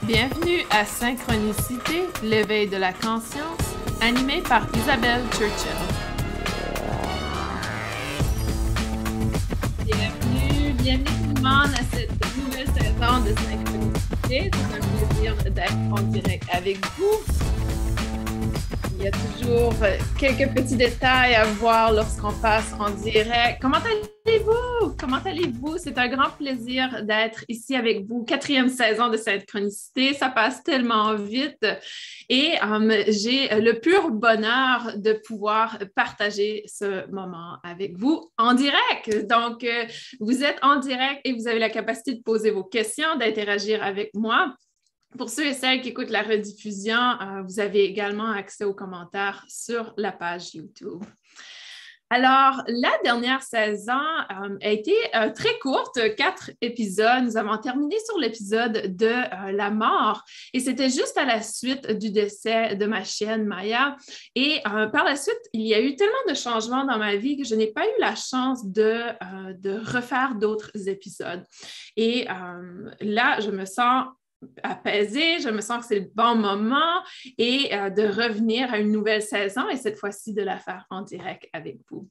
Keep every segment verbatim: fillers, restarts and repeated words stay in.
Bienvenue à Synchronicité, l'éveil de la conscience, animé par Isabelle Churchill. Bienvenue, bienvenue tout le monde à cette nouvelle saison de Synchronicité. C'est un plaisir d'être en direct avec vous. Il y a toujours quelques petits détails à voir lorsqu'on passe en direct. Comment allez-vous? Comment allez-vous? C'est un grand plaisir d'être ici avec vous. Quatrième saison de Synchronicité. Ça passe tellement vite. Et um, j'ai le pur bonheur de pouvoir partager ce moment avec vous en direct. Donc, euh, vous êtes en direct et vous avez la capacité de poser vos questions, d'interagir avec moi. Pour ceux et celles qui écoutent la rediffusion, euh, vous avez également accès aux commentaires sur la page YouTube. Alors, la dernière saison euh, a été euh, très courte, quatre épisodes. Nous avons terminé sur l'épisode de euh, la mort et c'était juste à la suite du décès de ma chienne Maya. Et euh, par la suite, il y a eu tellement de changements dans ma vie que je n'ai pas eu la chance de, euh, de refaire d'autres épisodes. Et euh, là, je me sens apaisée, je me sens que c'est le bon moment et euh, de revenir à une nouvelle saison et cette fois-ci de la faire en direct avec vous.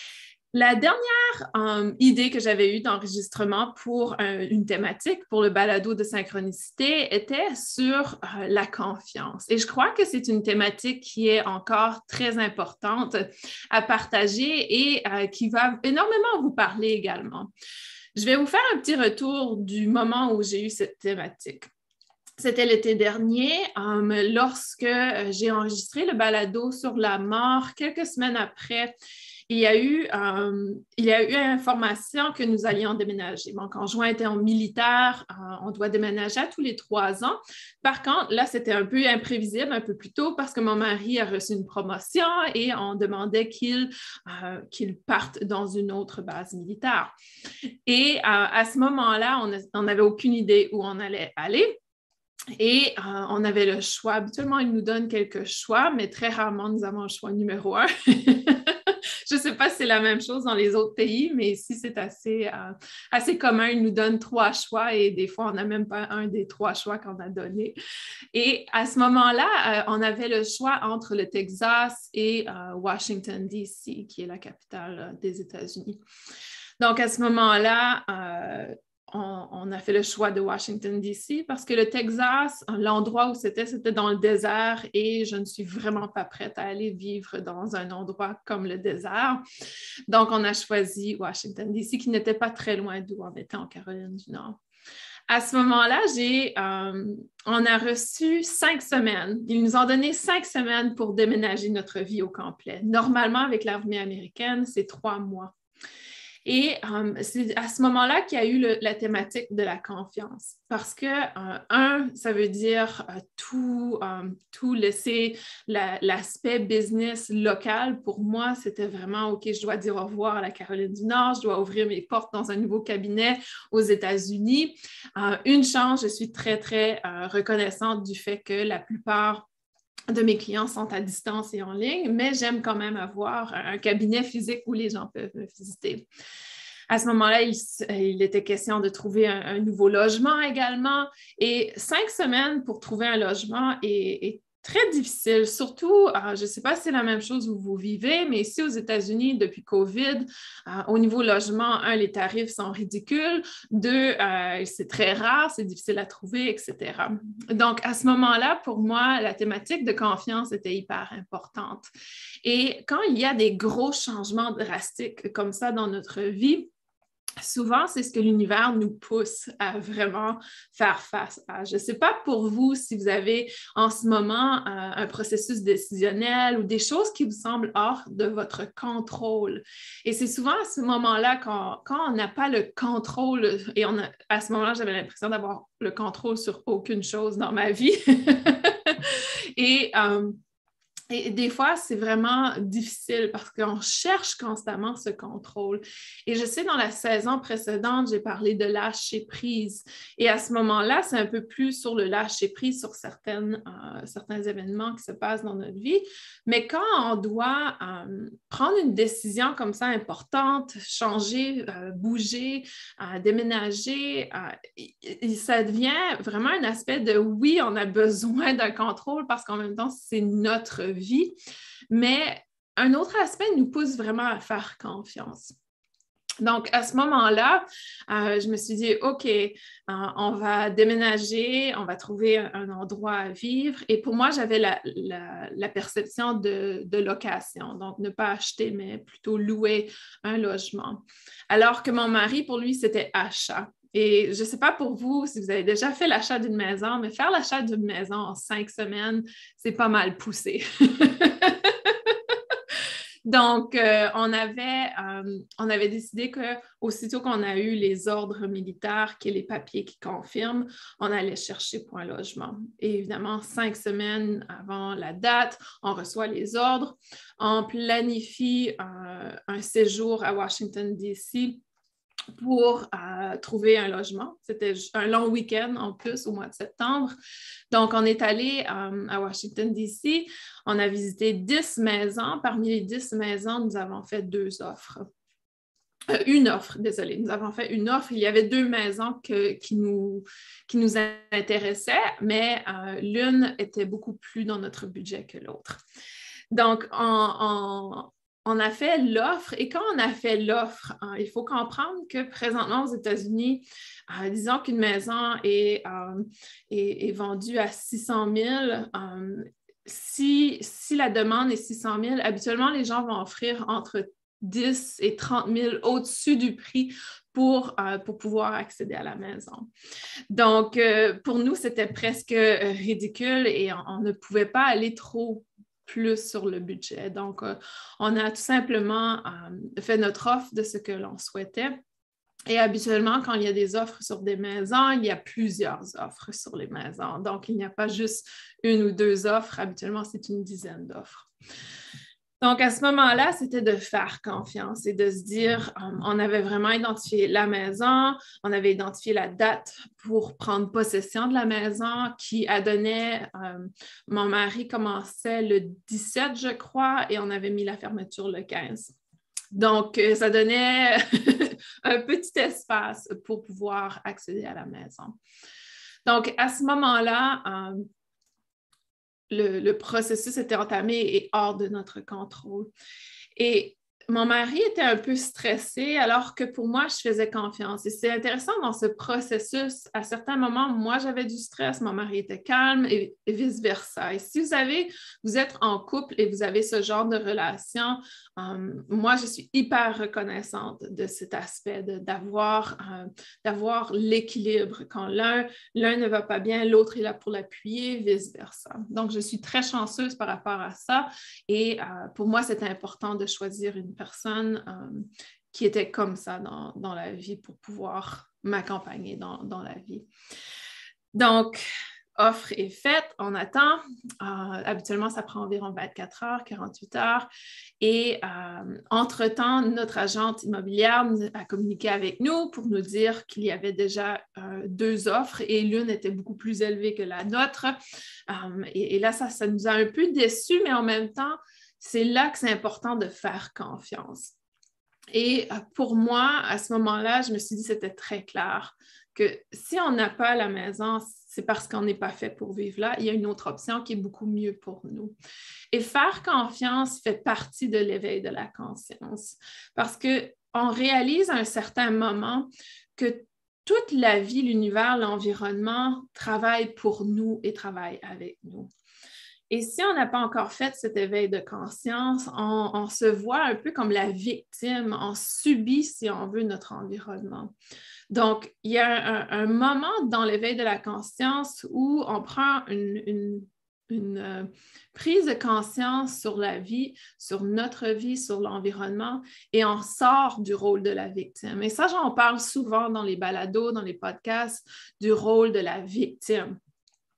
La dernière euh, idée que j'avais eue d'enregistrement pour euh, une thématique, pour le balado de synchronicité, était sur euh, la confiance. Et je crois que c'est une thématique qui est encore très importante à partager et euh, qui va énormément vous parler également. Je vais vous faire un petit retour du moment où j'ai eu cette thématique. C'était l'été dernier, um, lorsque euh, j'ai enregistré le balado sur la mort. Quelques semaines après, il y a eu, um, il y a eu information que nous allions déménager. Mon conjoint était en militaire, euh, on doit déménager à tous les trois ans. Par contre, là, c'était un peu imprévisible, un peu plus tôt, parce que mon mari a reçu une promotion et on demandait qu'il, euh, qu'il parte dans une autre base militaire. Et euh, à ce moment-là, on n'avait aucune idée où on allait aller. Et euh, on avait le choix. Habituellement, ils nous donnent quelques choix, mais très rarement, nous avons le choix numéro un. Je ne sais pas si c'est la même chose dans les autres pays, mais ici, c'est assez, euh, assez commun. Ils nous donnent trois choix et des fois, on n'a même pas un des trois choix qu'on a donnés. Et à ce moment-là, euh, on avait le choix entre le Texas et euh, Washington, D C, qui est la capitale euh, des États-Unis. Donc, à ce moment-là, euh, On, on a fait le choix de Washington, D C parce que le Texas, l'endroit où c'était, c'était dans le désert et je ne suis vraiment pas prête à aller vivre dans un endroit comme le désert. Donc, on a choisi Washington, D C qui n'était pas très loin d'où on était en Caroline du Nord. À ce moment-là, j'ai, euh, on a reçu cinq semaines. Ils nous ont donné cinq semaines pour déménager notre vie au complet. Normalement, avec l'armée américaine, c'est trois mois. Et um, c'est à ce moment-là qu'il y a eu le, la thématique de la confiance. Parce que, euh, un, ça veut dire euh, tout, um, tout laisser la, l'aspect business local. Pour moi, c'était vraiment, OK, je dois dire au revoir à la Caroline du Nord, je dois ouvrir mes portes dans un nouveau cabinet aux États-Unis. Euh, une chance, je suis très, très euh, reconnaissante du fait que la plupart de mes clients sont à distance et en ligne, mais j'aime quand même avoir un cabinet physique où les gens peuvent me visiter. À ce moment-là, il, il était question de trouver un, un nouveau logement également. Et cinq semaines pour trouver un logement est, est très difficile, surtout, euh, je ne sais pas si c'est la même chose où vous vivez, mais ici aux États-Unis, depuis COVID, euh, au niveau logement, un, les tarifs sont ridicules, deux, euh, c'est très rare, c'est difficile à trouver, et cetera. Donc, à ce moment-là, pour moi, la thématique de confiance était hyper importante. Et quand il y a des gros changements drastiques comme ça dans notre vie, souvent, c'est ce que l'univers nous pousse à vraiment faire face à. Je ne sais pas pour vous si vous avez en ce moment euh, un processus décisionnel ou des choses qui vous semblent hors de votre contrôle. Et c'est souvent à ce moment-là quand, quand on n'a pas le contrôle, et on a, à ce moment-là, j'avais l'impression d'avoir le contrôle sur aucune chose dans ma vie. et euh, Et des fois, c'est vraiment difficile parce qu'on cherche constamment ce contrôle. Et je sais, dans la saison précédente, j'ai parlé de lâcher prise. Et à ce moment-là, c'est un peu plus sur le lâcher prise sur certaines, euh, certains événements qui se passent dans notre vie. Mais quand on doit euh, prendre une décision comme ça importante, changer, euh, bouger, euh, déménager, euh, ça devient vraiment un aspect de oui, on a besoin d'un contrôle parce qu'en même temps, c'est notre vie, mais un autre aspect nous pousse vraiment à faire confiance. Donc, à ce moment-là, euh, je me suis dit, OK, euh, on va déménager, on va trouver un, un endroit à vivre. Et pour moi, j'avais la, la, la perception de, de location, donc ne pas acheter, mais plutôt louer un logement. Alors que mon mari, pour lui, c'était achat. Et je ne sais pas pour vous si vous avez déjà fait l'achat d'une maison, mais faire l'achat d'une maison en cinq semaines, c'est pas mal poussé. Donc, euh, on, avait, euh, on avait décidé qu'aussitôt qu'on a eu les ordres militaires, qui est les papiers qui confirment, on allait chercher pour un logement. Et évidemment, cinq semaines avant la date, on reçoit les ordres, on planifie euh, un séjour à Washington, D C pour euh, trouver un logement. C'était un long week-end en plus au mois de septembre. Donc, on est allé euh, à Washington, D C. On a visité dix maisons. Parmi les dix maisons, nous avons fait deux offres. Euh, une offre, désolé. Nous avons fait une offre. Il y avait deux maisons que, qui, nous, qui nous intéressaient, mais euh, l'une était beaucoup plus dans notre budget que l'autre. Donc, on, on On a fait l'offre et quand on a fait l'offre, hein, il faut comprendre que présentement aux États-Unis, euh, disons qu'une maison est, euh, est, est vendue à six cent mille. Euh, si, si la demande est six cent mille, habituellement, les gens vont offrir entre dix et trente mille au-dessus du prix pour, euh, pour pouvoir accéder à la maison. Donc, euh, pour nous, c'était presque euh, ridicule et on, on ne pouvait pas aller trop plus sur le budget. Donc, euh, on a tout simplement euh, fait notre offre de ce que l'on souhaitait. Et habituellement, quand il y a des offres sur des maisons, il y a plusieurs offres sur les maisons. Donc, il n'y a pas juste une ou deux offres. Habituellement, c'est une dizaine d'offres. Donc, à ce moment-là, c'était de faire confiance et de se dire, um, on avait vraiment identifié la maison, on avait identifié la date pour prendre possession de la maison qui a donné, um, mon mari commençait le dix-sept, je crois, et on avait mis la fermeture le quinze. Donc, ça donnait un petit espace pour pouvoir accéder à la maison. Donc, à ce moment-là, um, Le, le processus était entamé et hors de notre contrôle. Et mon mari était un peu stressé alors que pour moi, je faisais confiance. Et c'est intéressant dans ce processus, à certains moments, moi, j'avais du stress, mon mari était calme et, et vice-versa. Et si vous avez, vous êtes en couple et vous avez ce genre de relation, euh, moi, je suis hyper reconnaissante de cet aspect de, d'avoir, euh, d'avoir l'équilibre. Quand l'un, l'un ne va pas bien, l'autre est là pour l'appuyer, vice-versa. Donc, je suis très chanceuse par rapport à ça. Et euh, pour moi, c'était important de choisir une personne euh, qui était comme ça dans, dans la vie pour pouvoir m'accompagner dans, dans la vie. Donc, offre est faite, on attend. Euh, habituellement, ça prend environ vingt-quatre heures, quarante-huit heures. Et euh, entre-temps, notre agente immobilière a communiqué avec nous pour nous dire qu'il y avait déjà euh, deux offres et l'une était beaucoup plus élevée que la nôtre. Euh, et, et là, ça, ça nous a un peu déçus, mais en même temps, c'est là que c'est important de faire confiance. Et pour moi, à ce moment-là, je me suis dit que c'était très clair que si on n'a pas la maison, c'est parce qu'on n'est pas fait pour vivre là. Il y a une autre option qui est beaucoup mieux pour nous. Et faire confiance fait partie de l'éveil de la conscience parce qu'on réalise à un certain moment que toute la vie, l'univers, l'environnement travaille pour nous et travaille avec nous. Et si on n'a pas encore fait cet éveil de conscience, on, on se voit un peu comme la victime, on subit, si on veut, notre environnement. Donc, il y a un, un moment dans l'éveil de la conscience où on prend une, une, une euh, prise de conscience sur la vie, sur notre vie, sur l'environnement, et on sort du rôle de la victime. Et ça, j'en parle souvent dans les balados, dans les podcasts, du rôle de la victime.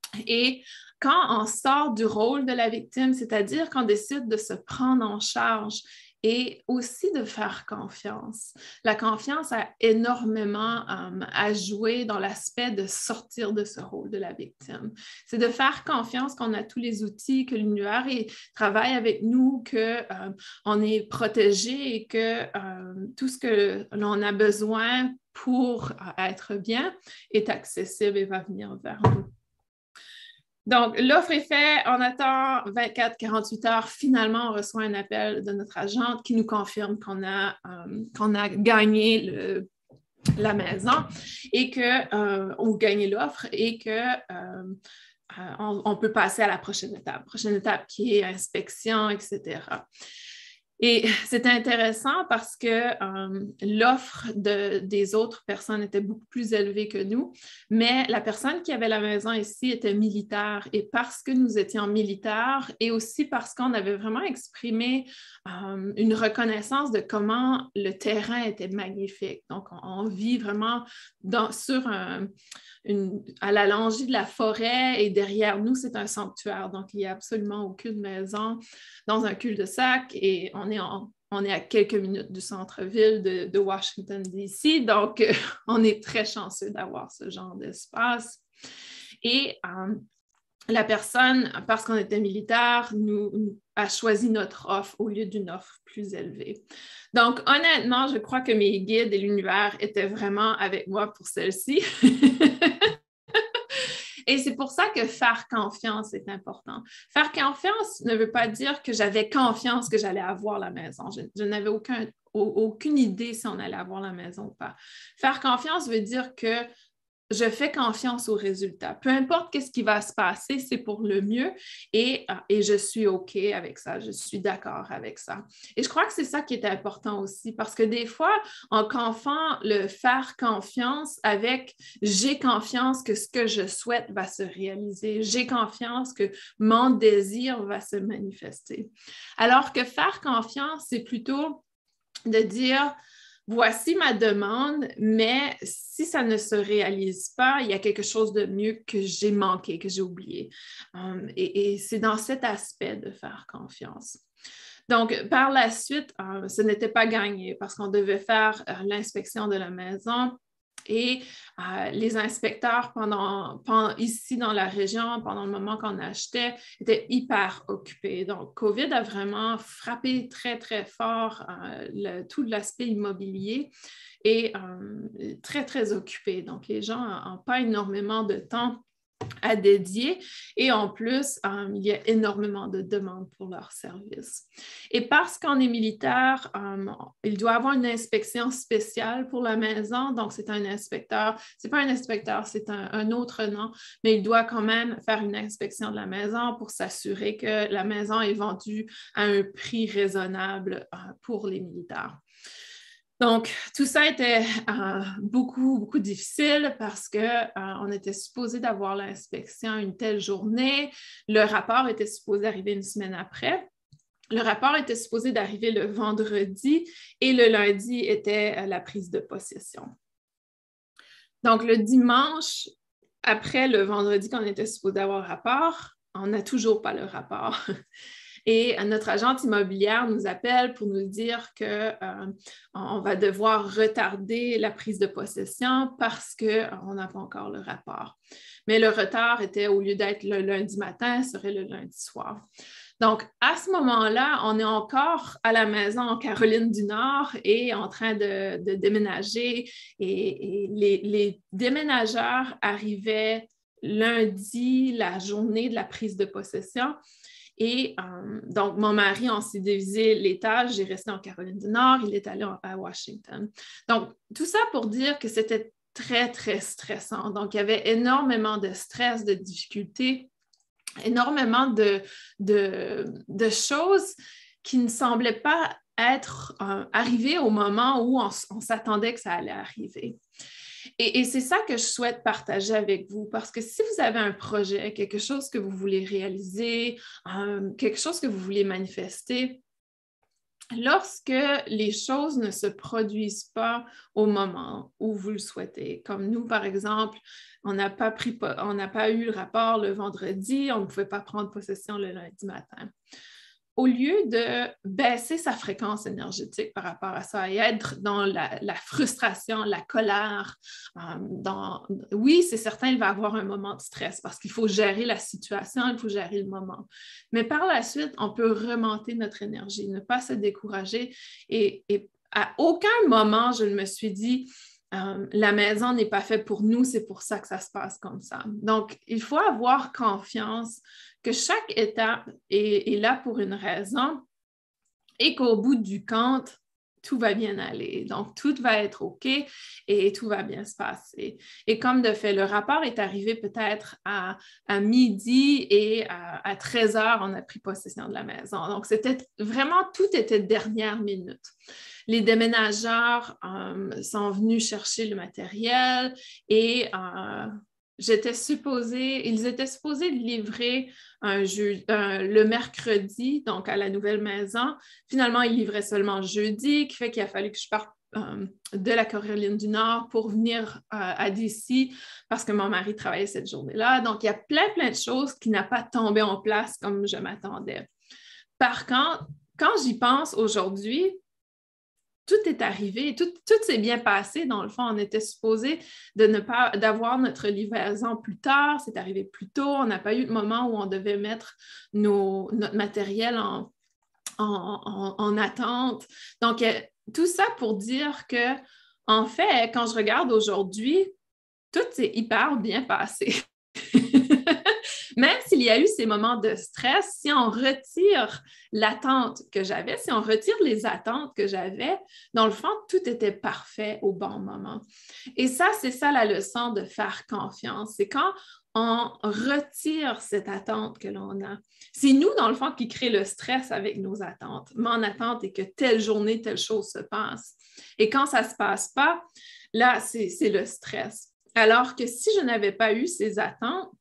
Et quand on sort du rôle de la victime, c'est-à-dire qu'on décide de se prendre en charge et aussi de faire confiance. La confiance a énormément um, à jouer dans l'aspect de sortir de ce rôle de la victime. C'est de faire confiance qu'on a tous les outils, que l'univers travaille avec nous, qu'on um, est protégé et que um, tout ce que l'on a besoin pour uh, être bien est accessible et va venir vers nous. Donc, l'offre est faite, on attend vingt-quatre à quarante-huit heures. Finalement, on reçoit un appel de notre agente qui nous confirme qu'on a, euh, qu'on a gagné le, la maison et que, euh, ou gagné l'offre et qu'on euh, on peut passer à la prochaine étape. Prochaine étape qui est inspection, et cetera. Et c'est intéressant parce que euh, l'offre de, des autres personnes était beaucoup plus élevée que nous, mais la personne qui avait la maison ici était militaire. Et parce que nous étions militaires et aussi parce qu'on avait vraiment exprimé euh, une reconnaissance de comment le terrain était magnifique. Donc, on, on vit vraiment dans, sur un, une, à la longée de la forêt et derrière nous, c'est un sanctuaire. Donc, il n'y a absolument aucune maison dans un cul-de-sac et on est, en, on est à quelques minutes du centre-ville de, de Washington, D C. Donc, euh, on est très chanceux d'avoir ce genre d'espace. Et euh, la personne, parce qu'on était militaire, nous, nous a choisi notre offre au lieu d'une offre plus élevée. Donc, honnêtement, je crois que mes guides et l'univers étaient vraiment avec moi pour celle-ci. Et c'est pour ça que faire confiance est important. Faire confiance ne veut pas dire que j'avais confiance que j'allais avoir la maison. Je, je n'avais aucun, aucune idée si on allait avoir la maison ou pas. Faire confiance veut dire que je fais confiance aux résultats. Peu importe ce qui va se passer, c'est pour le mieux et, et je suis OK avec ça, je suis d'accord avec ça. Et je crois que c'est ça qui est important aussi parce que des fois, on confond le faire confiance avec j'ai confiance que ce que je souhaite va se réaliser, j'ai confiance que mon désir va se manifester. Alors que faire confiance, c'est plutôt de dire voici ma demande, mais si ça ne se réalise pas, il y a quelque chose de mieux que j'ai manqué, que j'ai oublié. Um, et, et c'est dans cet aspect de faire confiance. Donc, par la suite, euh, ce n'était pas gagné parce qu'on devait faire euh, l'inspection de la maison. Et euh, les inspecteurs, pendant, pendant, ici dans la région, pendant le moment qu'on achetait, étaient hyper occupés. Donc, COVID a vraiment frappé très, très fort euh, le, tout l'aspect immobilier et euh, très, très occupé. Donc, les gens n'ont pas énormément de temps à dédier et en plus, um, il y a énormément de demandes pour leurs services. Et parce qu'on est militaire, um, il doit y avoir une inspection spéciale pour la maison, donc c'est un inspecteur, c'est pas un inspecteur, c'est un, un autre nom, mais il doit quand même faire une inspection de la maison pour s'assurer que la maison est vendue à un prix raisonnable uh, pour les militaires. Donc, tout ça était euh, beaucoup, beaucoup difficile parce qu'on euh, était supposé d'avoir l'inspection une telle journée. Le rapport était supposé arriver une semaine après. Le rapport était supposé d'arriver le vendredi et le lundi était euh, la prise de possession. Donc, le dimanche, après le vendredi qu'on était supposé avoir rapport, on n'a toujours pas le rapport. Et notre agente immobilière nous appelle pour nous dire qu'on euh, va devoir retarder la prise de possession parce qu'on n'a pas encore le rapport. Mais le retard était, au lieu d'être le lundi matin, serait le lundi soir. Donc, à ce moment-là, on est encore à la maison en Caroline du Nord et en train de, de déménager. Et, et les, les déménageurs arrivaient lundi, la journée de la prise de possession. Et euh, donc, mon mari, on s'est divisé les tâches. J'ai resté en Caroline du Nord, il est allé à Washington. Donc, tout ça pour dire que c'était très, très stressant. Donc, il y avait énormément de stress, de difficultés, énormément de, de, de choses qui ne semblaient pas être euh, arrivées au moment où on, on s'attendait que ça allait arriver. Et, et c'est ça que je souhaite partager avec vous, parce que si vous avez un projet, quelque chose que vous voulez réaliser, euh, quelque chose que vous voulez manifester, lorsque les choses ne se produisent pas au moment où vous le souhaitez, comme nous, par exemple, on n'a pas pris, on n'a pas eu le rapport le vendredi, on ne pouvait pas prendre possession le lundi matin. Au lieu de baisser sa fréquence énergétique par rapport à ça et être dans la, la frustration, la colère, euh, dans, oui, c'est certain, il va y avoir un moment de stress parce qu'il faut gérer la situation, il faut gérer le moment. Mais par la suite, on peut remonter notre énergie, ne pas se décourager. Et, et à aucun moment, je ne me suis dit, euh, la maison n'est pas faite pour nous, c'est pour ça que ça se passe comme ça. Donc, il faut avoir confiance que chaque étape est, est là pour une raison et qu'au bout du compte, tout va bien aller. Donc, tout va être OK et tout va bien se passer. Et comme de fait, le rapport est arrivé peut-être à, à midi et à, à treize heures, on a pris possession de la maison. Donc, c'était vraiment, tout était dernière minute. Les déménageurs euh, sont venus chercher le matériel et euh, j'étais supposée, ils étaient supposés livrer un jeu, un, le mercredi, donc à la nouvelle maison. Finalement, ils livraient seulement le jeudi, qui fait qu'il a fallu que je parte euh, de la Caroline du Nord pour venir euh, à D C parce que mon mari travaillait cette journée-là. Donc, il y a plein, plein de choses qui n'ont pas tombé en place comme je m'attendais. Par contre, quand j'y pense aujourd'hui, tout est arrivé, tout, tout s'est bien passé. Dans le fond, on était supposé de ne pas d'avoir notre livraison plus tard. C'est arrivé plus tôt. On n'a pas eu de moment où on devait mettre nos, notre matériel en, en, en, en attente. Donc, tout ça pour dire que, en fait, quand je regarde aujourd'hui, tout s'est hyper bien passé. Même s'il y a eu ces moments de stress, si on retire l'attente que j'avais, si on retire les attentes que j'avais, dans le fond, tout était parfait au bon moment. Et ça, c'est ça la leçon de faire confiance. C'est quand on retire cette attente que l'on a. C'est nous, dans le fond, qui crée le stress avec nos attentes. Mon attente est que telle journée, telle chose se passe. Et quand ça ne se passe pas, là, c'est, c'est le stress. Alors que si je n'avais pas eu ces attentes,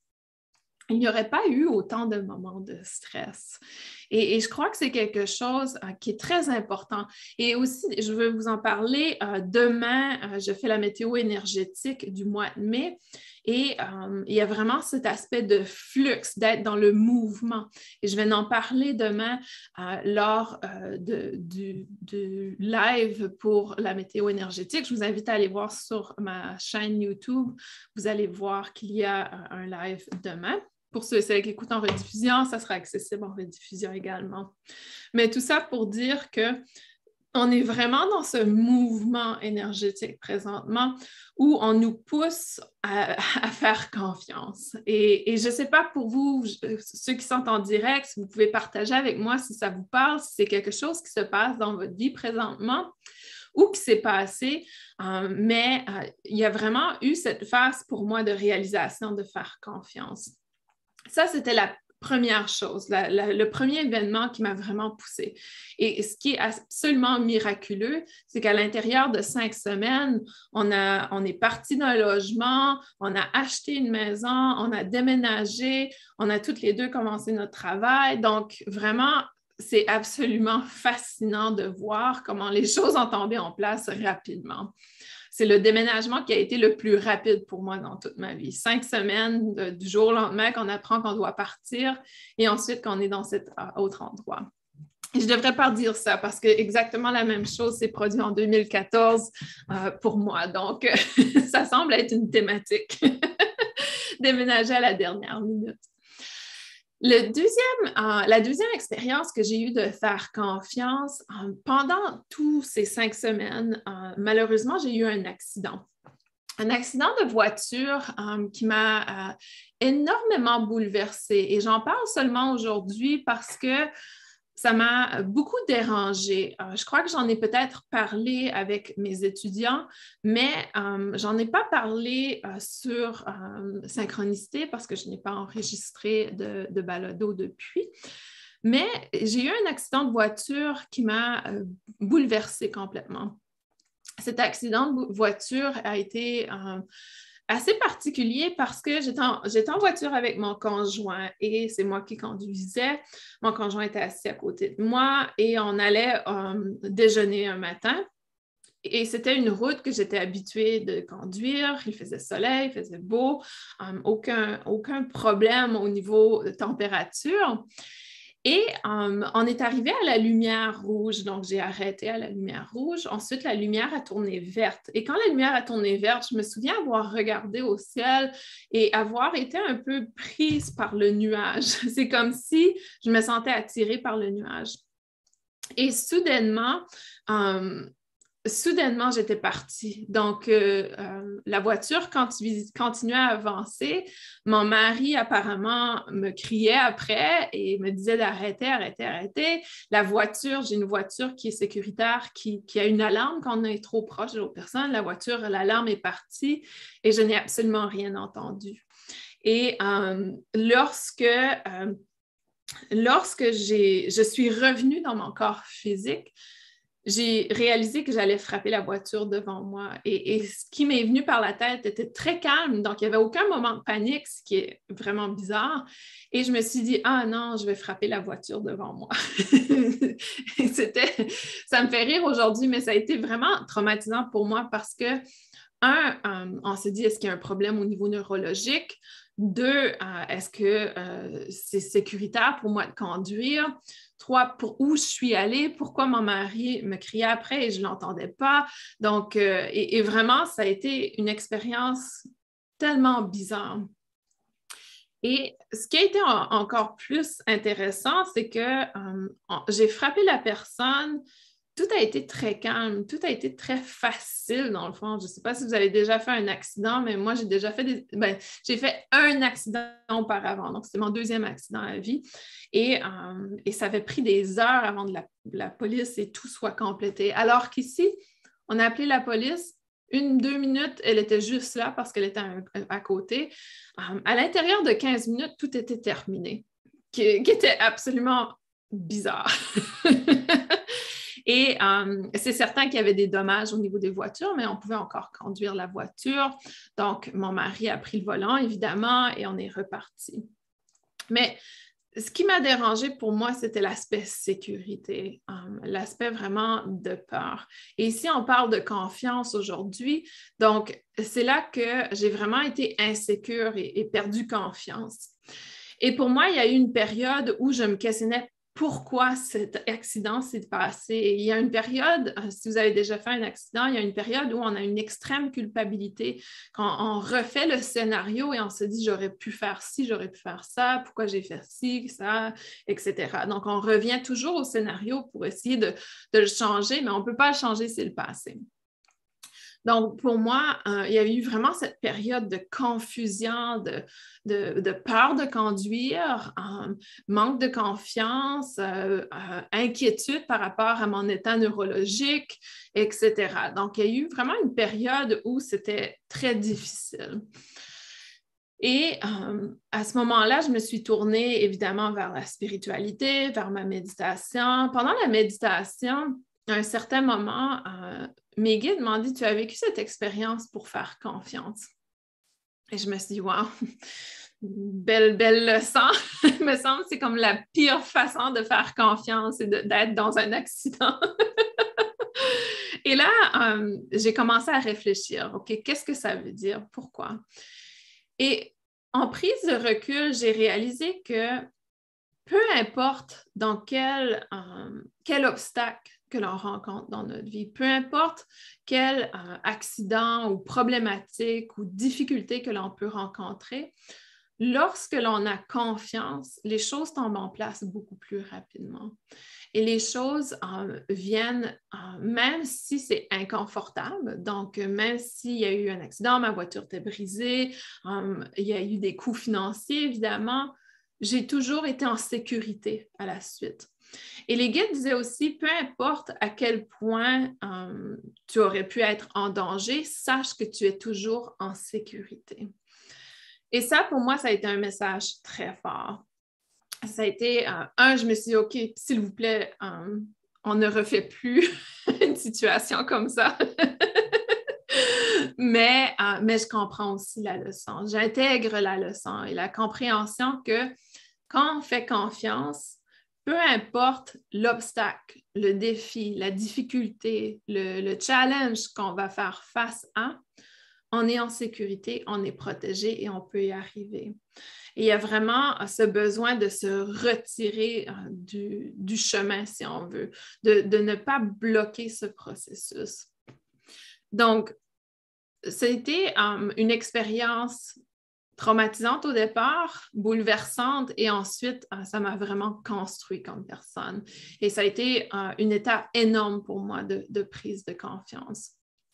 il n'y aurait pas eu autant de moments de stress. Et, et je crois que c'est quelque chose euh, qui est très important. Et aussi, je veux vous en parler, euh, demain, euh, je fais la météo énergétique du mois de mai et euh, il y a vraiment cet aspect de flux, d'être dans le mouvement. Et je vais en parler demain euh, lors euh, de, du, du live pour la météo énergétique. Je vous invite à aller voir sur ma chaîne YouTube. Vous allez voir qu'il y a euh, un live demain. Pour ceux et celles qui écoutent en rediffusion, ça sera accessible en rediffusion également. Mais tout ça pour dire qu'on est vraiment dans ce mouvement énergétique présentement où on nous pousse à, à faire confiance. Et, et je ne sais pas pour vous, ceux qui sont en direct, si vous pouvez partager avec moi si ça vous parle, si c'est quelque chose qui se passe dans votre vie présentement ou qui s'est passé, euh, mais euh, il y a vraiment eu cette phase pour moi de réalisation de faire confiance. Ça, c'était la première chose, la, la, le premier événement qui m'a vraiment poussée. Et ce qui est absolument miraculeux, c'est qu'à l'intérieur de cinq semaines, on, a, on est parti d'un logement, on a acheté une maison, on a déménagé, on a toutes les deux commencé notre travail. Donc, vraiment, c'est absolument fascinant de voir comment les choses ont tombé en place rapidement. C'est le déménagement qui a été le plus rapide pour moi dans toute ma vie. Cinq semaines de, du jour au lendemain qu'on apprend qu'on doit partir et ensuite qu'on est dans cet autre endroit. Et je ne devrais pas dire ça parce que exactement la même chose s'est produite en deux mille quatorze euh, pour moi. Donc, ça semble être une thématique. Déménager à la dernière minute. Le deuxième, euh, la deuxième expérience que j'ai eue de faire confiance, euh, pendant tous ces cinq semaines, euh, malheureusement, j'ai eu un accident. Un accident de voiture euh, qui m'a euh, énormément bouleversée. Et j'en parle seulement aujourd'hui parce que ça m'a beaucoup dérangée. Euh, je crois que j'en ai peut-être parlé avec mes étudiants, mais euh, j'en ai pas parlé euh, sur euh, Synchronicité parce que je n'ai pas enregistré de, de balado depuis. Mais j'ai eu un accident de voiture qui m'a euh, bouleversée complètement. Cet accident de voiture a été... Euh, assez particulier parce que j'étais en, j'étais en voiture avec mon conjoint et c'est moi qui conduisais. Mon conjoint était assis à côté de moi et on allait euh, déjeuner un matin. Et c'était une route que j'étais habituée de conduire. Il faisait soleil, il faisait beau, um, aucun, aucun problème au niveau de température. Et um, on est arrivé à la lumière rouge, donc j'ai arrêté à la lumière rouge. Ensuite, la lumière a tourné verte. Et quand la lumière a tourné verte, je me souviens avoir regardé au ciel et avoir été un peu prise par le nuage. C'est comme si je me sentais attirée par le nuage. Et soudainement, um, Soudainement, j'étais partie. Donc, euh, euh, la voiture continu- continuait à avancer. Mon mari, apparemment, me criait après et me disait d'arrêter, arrêter, arrêter. La voiture, j'ai une voiture qui est sécuritaire, qui, qui a une alarme quand on est trop proche de l'autre personne. La voiture, l'alarme est partie et je n'ai absolument rien entendu. Et euh, lorsque... Euh, lorsque j'ai, je suis revenue dans mon corps physique, j'ai réalisé que j'allais frapper la voiture devant moi. Et, et ce qui m'est venu par la tête était très calme, donc il n'y avait aucun moment de panique, ce qui est vraiment bizarre. Et je me suis dit, ah non, je vais frapper la voiture devant moi. Et c'était, ça me fait rire aujourd'hui, mais ça a été vraiment traumatisant pour moi parce que, un, euh, on s'est dit, est-ce qu'il y a un problème au niveau neurologique? Deux, euh, est-ce que euh, c'est sécuritaire pour moi de conduire? Trois, pour où je suis allée? Pourquoi mon mari me criait après et je ne l'entendais pas? Donc, euh, et, et vraiment, ça a été une expérience tellement bizarre. Et ce qui a été en, encore plus intéressant, c'est que euh, j'ai frappé la personne. Tout a été très calme, tout a été très facile dans le fond. Je ne sais pas si vous avez déjà fait un accident, mais moi, j'ai déjà fait des... Ben, j'ai fait un accident auparavant. Donc, c'était mon deuxième accident à la vie. Et, euh, et ça avait pris des heures avant que la, la police et tout soit complété. Alors qu'ici, on a appelé la police. Une, deux minutes, elle était juste là parce qu'elle était à, à côté. Euh, à l'intérieur de quinze minutes, tout était terminé, qui, qui était absolument bizarre. Et euh, c'est certain qu'il y avait des dommages au niveau des voitures, mais on pouvait encore conduire la voiture. Donc, mon mari a pris le volant, évidemment, et on est reparti. Mais ce qui m'a dérangée pour moi, c'était l'aspect sécurité, euh, l'aspect vraiment de peur. Et ici, on parle de confiance aujourd'hui. Donc, c'est là que j'ai vraiment été insécure et, et perdu confiance. Et pour moi, il y a eu une période où je me questionnais pourquoi cet accident s'est passé. Et il y a une période, si vous avez déjà fait un accident, il y a une période où on a une extrême culpabilité, quand on refait le scénario et on se dit « j'aurais pu faire ci, j'aurais pu faire ça, pourquoi j'ai fait ci, ça, et cetera » Donc, on revient toujours au scénario pour essayer de, de le changer, mais on ne peut pas le changer, c'est le passé. Donc, pour moi, euh, il y a eu vraiment cette période de confusion, de, de, de peur de conduire, euh, manque de confiance, euh, euh, inquiétude par rapport à mon état neurologique, et cetera. Donc, il y a eu vraiment une période où c'était très difficile. Et euh, à ce moment-là, je me suis tournée évidemment vers la spiritualité, vers ma méditation. Pendant la méditation, à un certain moment, euh, mes guides m'ont dit « Tu as vécu cette expérience pour faire confiance. » Et je me suis dit « Wow, belle, belle leçon. » Il me semble que c'est comme la pire façon de faire confiance, c'est d'être dans un accident. Et là, euh, j'ai commencé à réfléchir. OK, qu'est-ce que ça veut dire? Pourquoi? Et en prise de recul, j'ai réalisé que peu importe dans quel, euh, quel obstacle que l'on rencontre dans notre vie, peu importe quel euh, accident ou problématique ou difficulté que l'on peut rencontrer, lorsque l'on a confiance, les choses tombent en place beaucoup plus rapidement. Et les choses euh, viennent, euh, même si c'est inconfortable, donc même s'il y a eu un accident, ma voiture était brisée, euh, il y a eu des coûts financiers, évidemment, j'ai toujours été en sécurité à la suite. Et les guides disaient aussi, peu importe à quel point euh, tu aurais pu être en danger, sache que tu es toujours en sécurité. Et ça, pour moi, ça a été un message très fort. Ça a été, euh, un, je me suis dit, OK, s'il vous plaît, euh, on ne refait plus une situation comme ça. mais, euh, mais je comprends aussi la leçon. J'intègre la leçon et la compréhension que quand on fait confiance, peu importe l'obstacle, le défi, la difficulté, le, le challenge qu'on va faire face à, on est en sécurité, on est protégé et on peut y arriver. Et il y a vraiment ce besoin de se retirer euh, du, du chemin, si on veut, de, de ne pas bloquer ce processus. Donc, ça a été um, une expérience traumatisante au départ, bouleversante, et ensuite, uh, ça m'a vraiment construit comme personne. Et ça a été uh, une étape énorme pour moi de, de prise de confiance.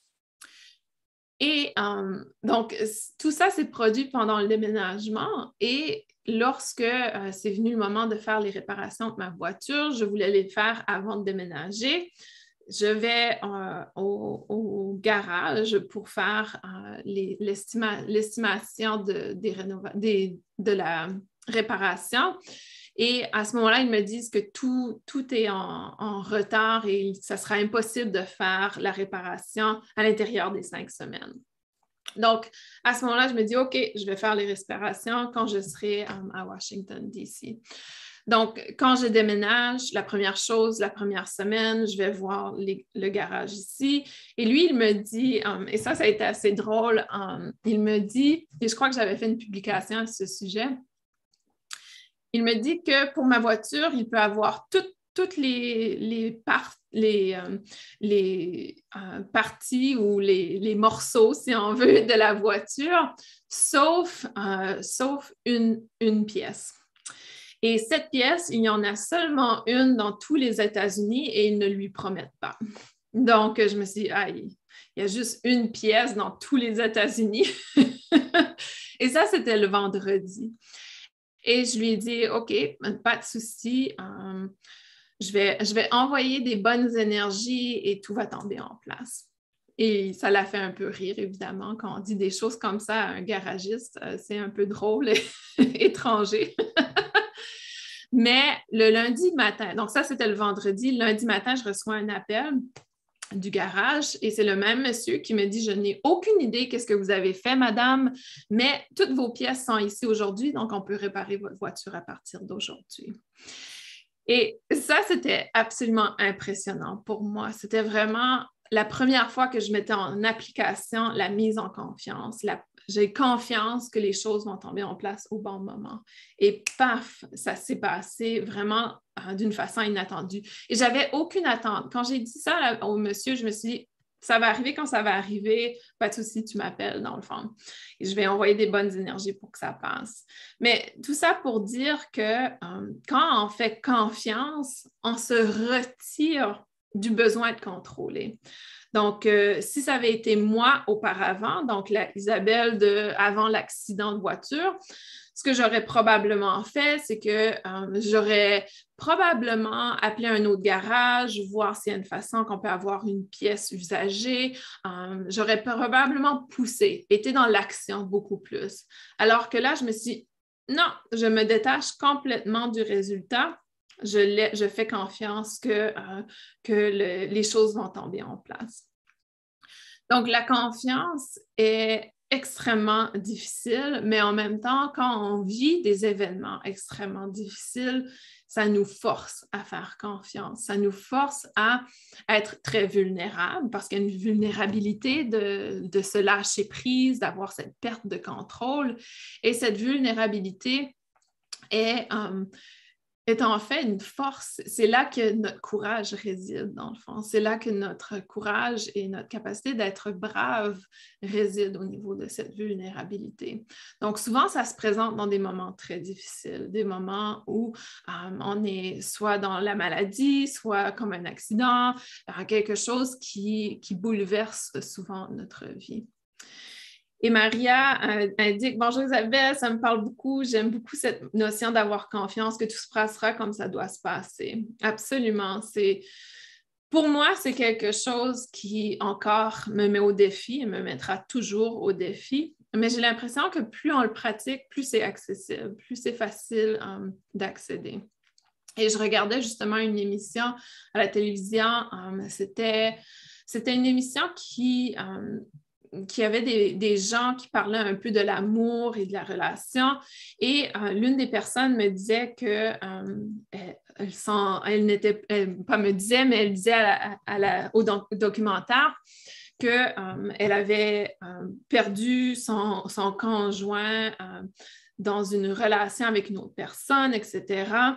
Et um, donc, tout ça s'est produit pendant le déménagement et lorsque euh, c'est venu le moment de faire les réparations de ma voiture, je voulais les faire avant de déménager. Je vais euh, au, au garage pour faire euh, les, l'estima, l'estimation de, des rénova- des, de la réparation. Et à ce moment-là, ils me disent que tout, tout est en, en retard et ça sera impossible de faire la réparation à l'intérieur des cinq semaines. Donc, à ce moment-là, je me dis, OK, je vais faire les réparations quand je serai um, à Washington, D C Donc, quand je déménage, la première chose, la première semaine, je vais voir les, le garage ici. Et lui, il me dit, um, et ça, ça a été assez drôle, um, il me dit, et je crois que j'avais fait une publication à ce sujet, il me dit que pour ma voiture, il peut avoir tout, toutes les, les, par, les, euh, les euh, parties ou les, les morceaux, si on veut, de la voiture, sauf, euh, sauf une, une pièce. Et cette pièce, il y en a seulement une dans tous les États-Unis et ils ne lui promettent pas. Donc, je me suis dit, ah, il y a juste une pièce dans tous les États-Unis. Et ça, c'était le vendredi. Et je lui ai dit, OK, pas de souci, euh, je vais, je vais envoyer des bonnes énergies et tout va tomber en place. Et ça l'a fait un peu rire, évidemment, quand on dit des choses comme ça à un garagiste. Euh, c'est un peu drôle et étranger. Mais le lundi matin, donc ça, c'était le vendredi. Le lundi matin, je reçois un appel du garage et c'est le même monsieur qui me dit « Je n'ai aucune idée qu'est-ce que vous avez fait, madame, mais toutes vos pièces sont ici aujourd'hui, donc on peut réparer votre voiture à partir d'aujourd'hui. » Et ça, c'était absolument impressionnant pour moi. C'était vraiment la première fois que je mettais en application la mise en confiance. La... J'ai confiance que les choses vont tomber en place au bon moment. Et paf, ça s'est passé vraiment euh, d'une façon inattendue. Et j'avais aucune attente. Quand j'ai dit ça là, au monsieur, je me suis dit, ça va arriver quand ça va arriver, pas de souci, tu m'appelles dans le fond. Et je vais envoyer des bonnes énergies pour que ça passe. Mais tout ça pour dire que euh, quand on fait confiance, on se retire du besoin de contrôler. Donc, euh, si ça avait été moi auparavant, donc la Isabelle de, avant l'accident de voiture, ce que j'aurais probablement fait, c'est que euh, j'aurais probablement appelé un autre garage, voir s'il y a une façon qu'on peut avoir une pièce usagée. Euh, j'aurais probablement poussé, été dans l'action beaucoup plus. Alors que là, je me suis dit, non, je me détache complètement du résultat. Je, je fais confiance que, euh, que le, les choses vont tomber en place. Donc, la confiance est extrêmement difficile, mais en même temps, quand on vit des événements extrêmement difficiles, ça nous force à faire confiance, ça nous force à être très vulnérables parce qu'il y a une vulnérabilité de, de se lâcher prise, d'avoir cette perte de contrôle. Et cette vulnérabilité est... Um, est en fait une force. C'est là que notre courage réside, dans le fond. C'est là que notre courage et notre capacité d'être brave résident au niveau de cette vulnérabilité. Donc, souvent, ça se présente dans des moments très difficiles, des moments où euh, on est soit dans la maladie, soit comme un accident, euh, quelque chose qui, qui bouleverse souvent notre vie. Et Maria euh, indique « Bonjour Isabelle, ça me parle beaucoup. J'aime beaucoup cette notion d'avoir confiance que tout se passera comme ça doit se passer. » Absolument. C'est, pour moi, c'est quelque chose qui encore me met au défi et me mettra toujours au défi. Mais j'ai l'impression que plus on le pratique, plus c'est accessible, plus c'est facile um, d'accéder. Et je regardais justement une émission à la télévision. Um, c'était, c'était une émission qui... Um, qu'il y avait des, des gens qui parlaient un peu de l'amour et de la relation. Et euh, l'une des personnes me disait que euh, elle, elle, sent, elle n'était elle, pas me disait, mais elle disait à la, à la, au doc- documentaire qu'elle euh, avait euh, perdu son, son conjoint euh, dans une relation avec une autre personne, et cetera.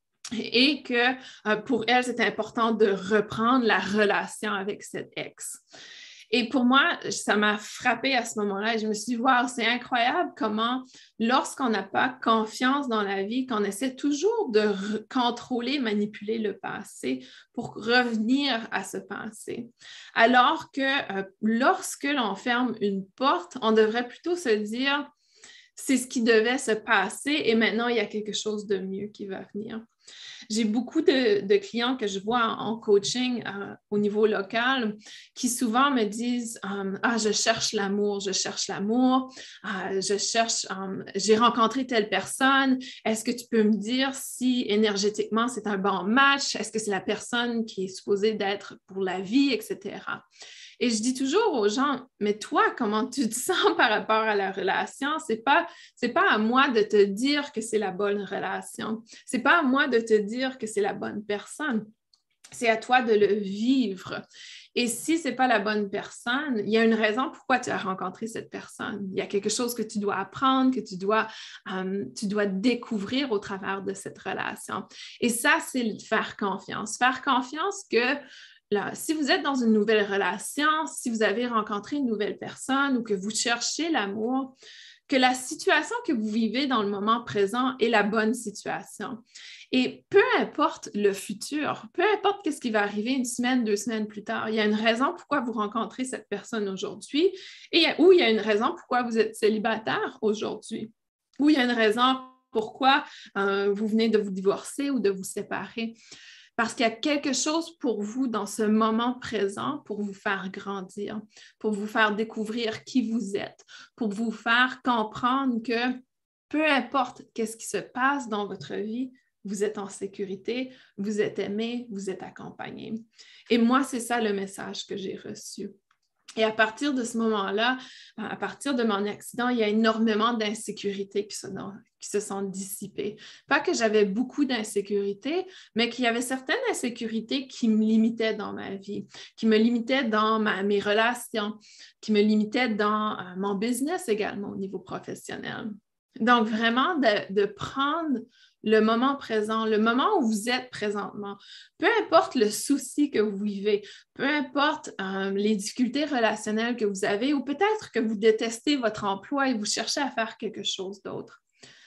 Et que euh, pour elle, c'était important de reprendre la relation avec cet ex. Et pour moi, ça m'a frappée à ce moment-là et je me suis dit, wow, c'est incroyable comment, lorsqu'on n'a pas confiance dans la vie, qu'on essaie toujours de re- contrôler, manipuler le passé pour revenir à ce passé. Alors que euh, lorsque l'on ferme une porte, on devrait plutôt se dire, c'est ce qui devait se passer et maintenant, il y a quelque chose de mieux qui va venir. J'ai beaucoup de, de clients que je vois en, en coaching euh, au niveau local qui souvent me disent um, « Ah, je cherche l'amour, je cherche l'amour, uh, je cherche, um, j'ai rencontré telle personne, est-ce que tu peux me dire si énergétiquement c'est un bon match? Est-ce que c'est la personne qui est supposée d'être pour la vie, et cetera » Et je dis toujours aux gens, mais toi, comment tu te sens par rapport à la relation? C'est pas, c'est pas à moi de te dire que c'est la bonne relation. C'est pas à moi de te dire que c'est la bonne personne. C'est à toi de le vivre. Et si ce n'est pas la bonne personne, il y a une raison pourquoi tu as rencontré cette personne. Il y a quelque chose que tu dois apprendre, que tu dois, um, tu dois découvrir au travers de cette relation. Et ça, c'est faire confiance. Faire confiance que là, si vous êtes dans une nouvelle relation, si vous avez rencontré une nouvelle personne ou que vous cherchez l'amour, que la situation que vous vivez dans le moment présent est la bonne situation. Et peu importe le futur, peu importe ce qui va arriver une semaine, deux semaines plus tard, il y a une raison pourquoi vous rencontrez cette personne aujourd'hui et ou il y a une raison pourquoi vous êtes célibataire aujourd'hui, ou il y a une raison pourquoi euh, vous venez de vous divorcer ou de vous séparer. Parce qu'il y a quelque chose pour vous dans ce moment présent pour vous faire grandir, pour vous faire découvrir qui vous êtes, pour vous faire comprendre que peu importe qu'est-ce qui se passe dans votre vie, vous êtes en sécurité, vous êtes aimé, vous êtes accompagné. Et moi, c'est ça le message que j'ai reçu. Et à partir de ce moment-là, à partir de mon accident, il y a énormément d'insécurités qui se, qui se sont dissipées. Pas que j'avais beaucoup d'insécurités, mais qu'il y avait certaines insécurités qui me limitaient dans ma vie, qui me limitaient dans ma, mes relations, qui me limitaient dans euh, mon business également au niveau professionnel. Donc, vraiment, de, de prendre le moment présent, le moment où vous êtes présentement, peu importe le souci que vous vivez, peu importe euh, les difficultés relationnelles que vous avez ou peut-être que vous détestez votre emploi et vous cherchez à faire quelque chose d'autre.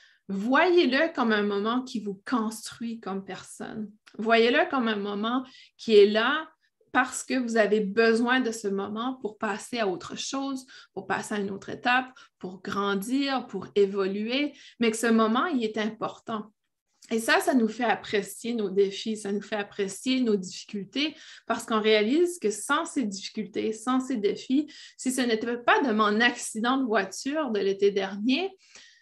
Voyez-le comme un moment qui vous construit comme personne. Voyez-le comme un moment qui est là parce que vous avez besoin de ce moment pour passer à autre chose, pour passer à une autre étape, pour grandir, pour évoluer, mais que ce moment, il est important. Et ça, ça nous fait apprécier nos défis, ça nous fait apprécier nos difficultés parce qu'on réalise que sans ces difficultés, sans ces défis, si ce n'était pas de mon accident de voiture de l'été dernier,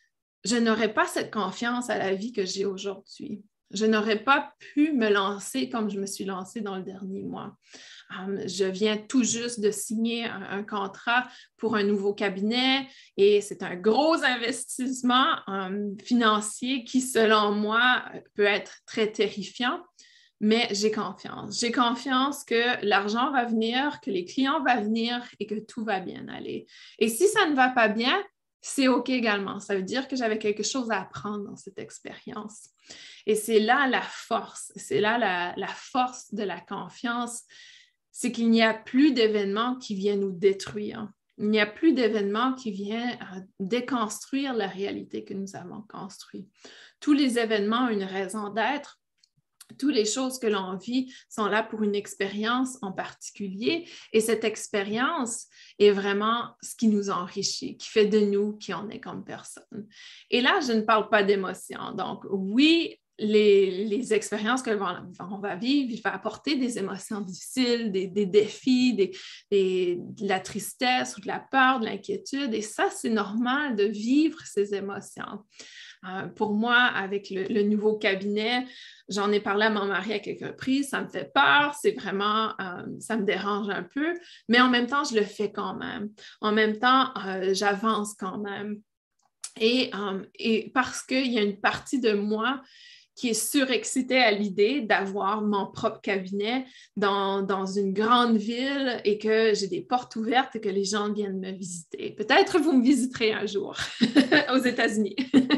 je n'aurais pas cette confiance à la vie que j'ai aujourd'hui. Je n'aurais pas pu me lancer comme je me suis lancée dans le dernier mois. Um, je viens tout juste de signer un, un contrat pour un nouveau cabinet et c'est un gros investissement um, financier qui, selon moi, peut être très terrifiant, mais j'ai confiance. J'ai confiance que l'argent va venir, que les clients vont venir et que tout va bien aller. Et si ça ne va pas bien, c'est OK également. Ça veut dire que j'avais quelque chose à apprendre dans cette expérience. Et c'est là la force, c'est là la, la force de la confiance, c'est qu'il n'y a plus d'événements qui viennent nous détruire. Il n'y a plus d'événements qui viennent déconstruire la réalité que nous avons construite. Tous les événements ont une raison d'être. Toutes les choses que l'on vit sont là pour une expérience en particulier et cette expérience est vraiment ce qui nous enrichit, qui fait de nous qui on est comme personne. Et là, je ne parle pas d'émotions. Donc, oui, les, les expériences que l'on va vivre, il va apporter des émotions difficiles, des, des défis, des, des, de la tristesse ou de la peur, de l'inquiétude. Et ça, c'est normal de vivre ces émotions. Euh, pour moi, avec le, le nouveau cabinet, j'en ai parlé à mon mari à quelques reprises, ça me fait peur, c'est vraiment, euh, ça me dérange un peu, mais en même temps, je le fais quand même. En même temps, euh, j'avance quand même. Et, euh, et parce qu'il y a une partie de moi qui est surexcitée à l'idée d'avoir mon propre cabinet dans, dans une grande ville et que j'ai des portes ouvertes et que les gens viennent me visiter. Peut-être vous me visiterez un jour aux États-Unis.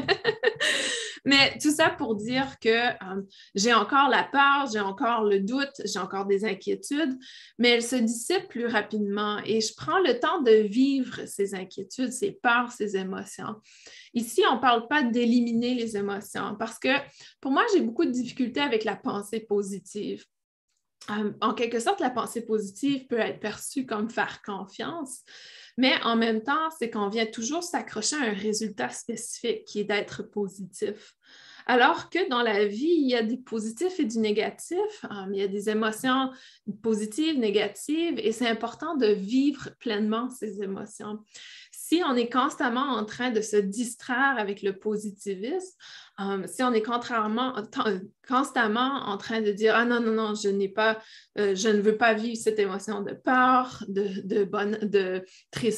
Mais tout ça pour dire que euh, j'ai encore la peur, j'ai encore le doute, j'ai encore des inquiétudes, mais elles se dissipent plus rapidement et je prends le temps de vivre ces inquiétudes, ces peurs, ces émotions. Ici, on ne parle pas d'éliminer les émotions parce que pour moi, j'ai beaucoup de difficultés avec la pensée positive. Euh, en quelque sorte, la pensée positive peut être perçue comme faire confiance, mais en même temps, c'est qu'on vient toujours s'accrocher à un résultat spécifique qui est d'être positif. Alors que dans la vie, il y a des positifs et du négatif, um, il y a des émotions positives, négatives, et c'est important de vivre pleinement ces émotions. Si on est constamment en train de se distraire avec le positivisme, um, si on est contrairement, constamment en train de dire « Ah non, non, non, je n'ai pas, euh, je ne veux pas vivre cette émotion de peur, de, de, bonne, de tristesse »,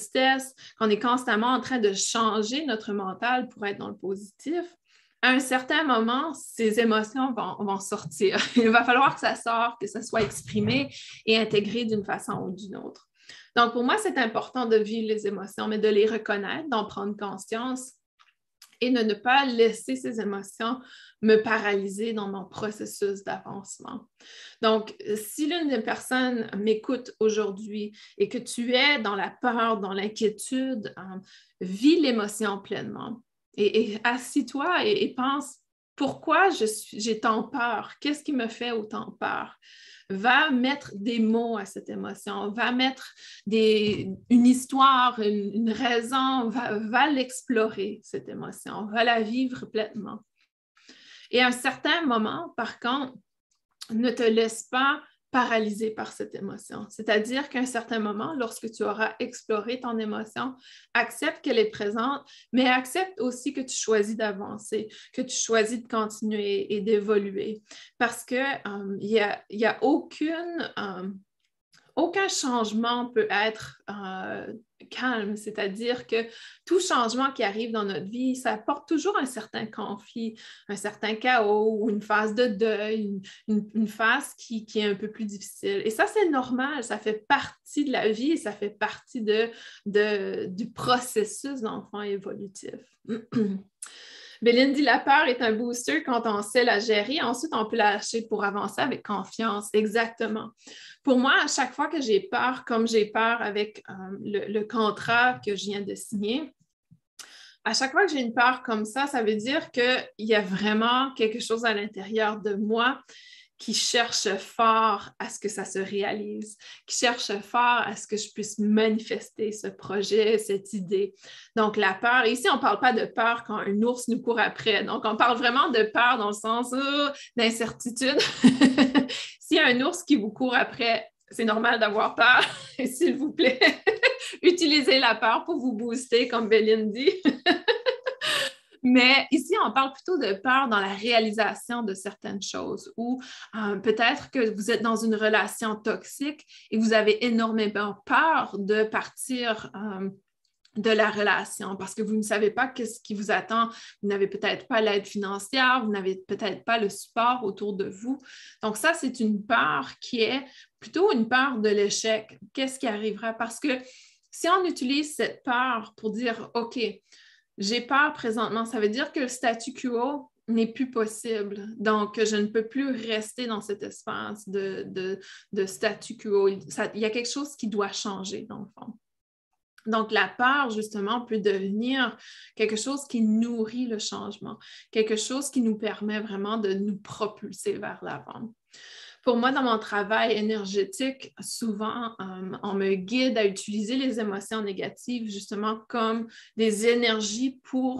qu'on est constamment en train de changer notre mental pour être dans le positif, à un certain moment, ces émotions vont, vont sortir. Il va falloir que ça sorte, que ça soit exprimé et intégré d'une façon ou d'une autre. Donc, pour moi, c'est important de vivre les émotions, mais de les reconnaître, d'en prendre conscience et de ne pas laisser ces émotions me paralyser dans mon processus d'avancement. Donc, si l'une des personnes m'écoute aujourd'hui et que tu es dans la peur, dans l'inquiétude, euh, vis l'émotion pleinement. Et, et assis-toi et, et pense, pourquoi je suis, j'ai tant peur? Qu'est-ce qui me fait autant peur? Va mettre des mots à cette émotion, va mettre des, une histoire, une, une raison, va, va l'explorer, cette émotion, va la vivre pleinement. Et à un certain moment, par contre, ne te laisse pas paralysé par cette émotion. C'est-à-dire qu'à un certain moment, lorsque tu auras exploré ton émotion, accepte qu'elle est présente, mais accepte aussi que tu choisis d'avancer, que tu choisis de continuer et d'évoluer. Parce qu'il euh, n'y a, y a aucune... Euh, Aucun changement peut être euh, calme, c'est-à-dire que tout changement qui arrive dans notre vie, ça apporte toujours un certain conflit, un certain chaos ou une phase de deuil, une, une, une phase qui, qui est un peu plus difficile. Et ça, c'est normal, ça fait partie de la vie, ça fait partie de, de, du processus d'enfant évolutif. Béline dit, la peur est un booster quand on sait la gérer. Ensuite, on peut la lâcher pour avancer avec confiance. Exactement. Pour moi, à chaque fois que j'ai peur, comme j'ai peur avec euh, le, le contrat que je viens de signer, à chaque fois que j'ai une peur comme ça, ça veut dire qu'il y a vraiment quelque chose à l'intérieur de moi qui cherche fort à ce que ça se réalise, qui cherche fort à ce que je puisse manifester ce projet, cette idée. Donc, la peur, ici, on ne parle pas de peur quand un ours nous court après. Donc, on parle vraiment de peur dans le sens oh, d'incertitude. S'il y a un ours qui vous court après, c'est normal d'avoir peur. Et s'il vous plaît, utilisez la peur pour vous booster, comme Béline dit. Mais ici, on parle plutôt de peur dans la réalisation de certaines choses ou euh, peut-être que vous êtes dans une relation toxique et vous avez énormément peur de partir euh, de la relation parce que vous ne savez pas ce qui vous attend. Vous n'avez peut-être pas l'aide financière, vous n'avez peut-être pas le support autour de vous. Donc ça, c'est une peur qui est plutôt une peur de l'échec. Qu'est-ce qui arrivera? Parce que si on utilise cette peur pour dire « OK, j'ai peur présentement », ça veut dire que le statu quo n'est plus possible. Donc, je ne peux plus rester dans cet espace de, de, de statu quo. Ça, il y a quelque chose qui doit changer, dans le fond. Donc, la peur, justement, peut devenir quelque chose qui nourrit le changement, quelque chose qui nous permet vraiment de nous propulser vers l'avant. Pour moi, dans mon travail énergétique, souvent, euh, on me guide à utiliser les émotions négatives justement comme des énergies pour,